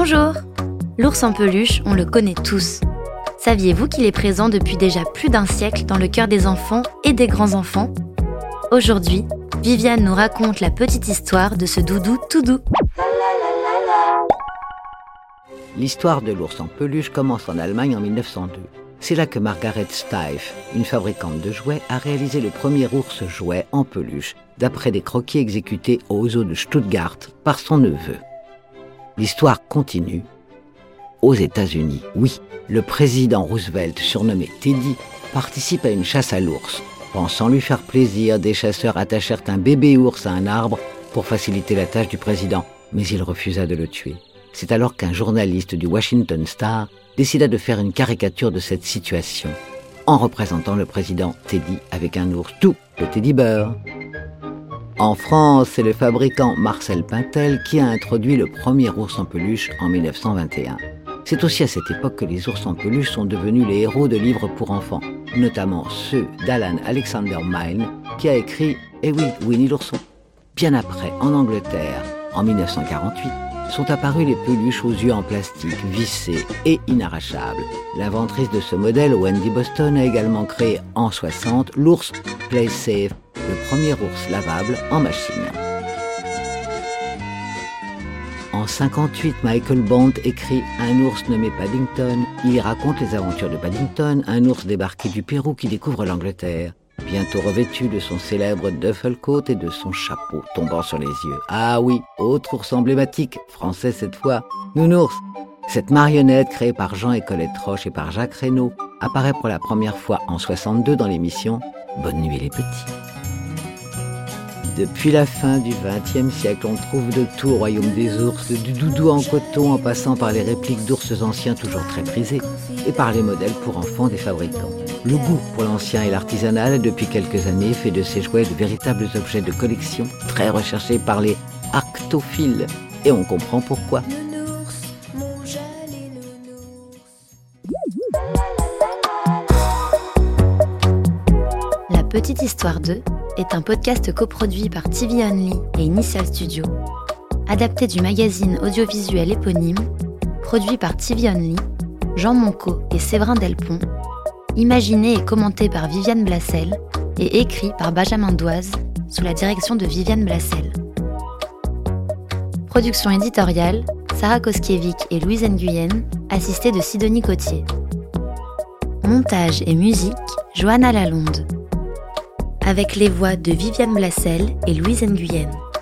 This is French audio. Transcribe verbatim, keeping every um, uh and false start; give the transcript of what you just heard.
Bonjour! L'ours en peluche, on le connaît tous. Saviez-vous qu'il est présent depuis déjà plus d'un siècle dans le cœur des enfants et des grands-enfants? Aujourd'hui, Viviane nous raconte la petite histoire de ce doudou tout doux. L'histoire de l'ours en peluche commence en Allemagne en mille neuf cent deux. C'est là que Margaret Steiff, une fabricante de jouets, a réalisé le premier ours jouet en peluche, d'après des croquis exécutés au zoo de Stuttgart par son neveu. L'histoire continue. Aux États-Unis, oui, le président Roosevelt, surnommé Teddy, participe à une chasse à l'ours. Pensant lui faire plaisir, des chasseurs attachèrent un bébé ours à un arbre pour faciliter la tâche du président, mais il refusa de le tuer. C'est alors qu'un journaliste du Washington Star décida de faire une caricature de cette situation, en représentant le président Teddy avec un ours tout, le Teddy Bear. En France, c'est le fabricant Marcel Pintel qui a introduit le premier ours en peluche en mille neuf cent vingt et un. C'est aussi à cette époque que les ours en peluche sont devenus les héros de livres pour enfants, notamment ceux d'Alan Alexander Milne, qui a écrit « Eh oui, Winnie l'ourson ». Bien après, en Angleterre, en mille neuf cent quarante-huit, sont apparues les peluches aux yeux en plastique, vissés et inarrachables. L'inventrice de ce modèle, Wendy Boston, a également créé en soixante l'ours Play Safe, le premier ours lavable en machine. En cinquante-huit, Michael Bond écrit Un ours nommé Paddington. Il y raconte les aventures de Paddington, un ours débarqué du Pérou qui découvre l'Angleterre, bientôt revêtu de son célèbre duffel-coat et de son chapeau tombant sur les yeux. Ah oui, autre ours emblématique, français cette fois, Nounours. Cette marionnette créée par Jean et Colette Roche et par Jacques Reynaud apparaît pour la première fois en soixante-deux dans l'émission Bonne nuit les petits. Depuis la fin du vingtième siècle, on trouve de tout au royaume des ours, du doudou en coton en passant par les répliques d'ours anciens toujours très prisés et par les modèles pour enfants des fabricants. Le goût pour l'ancien et l'artisanal, depuis quelques années, fait de ces jouets de véritables objets de collection très recherchés par les arctophiles. Et on comprend pourquoi. La petite histoire d'eux est un podcast coproduit par T V Only et Initial Studio, adapté du magazine audiovisuel éponyme, produit par T V Only, Jean Monco et Séverin Delpont, imaginé et commenté par Viviane Blassel et écrit par Benjamin Doise sous la direction de Viviane Blassel. Production éditoriale, Sarah Koskiewicz et Louise Nguyen, assistée de Sidonie Cotier. Montage et musique, Johanna Lalonde. Avec les voix de Viviane Blassel et Louise Nguyen.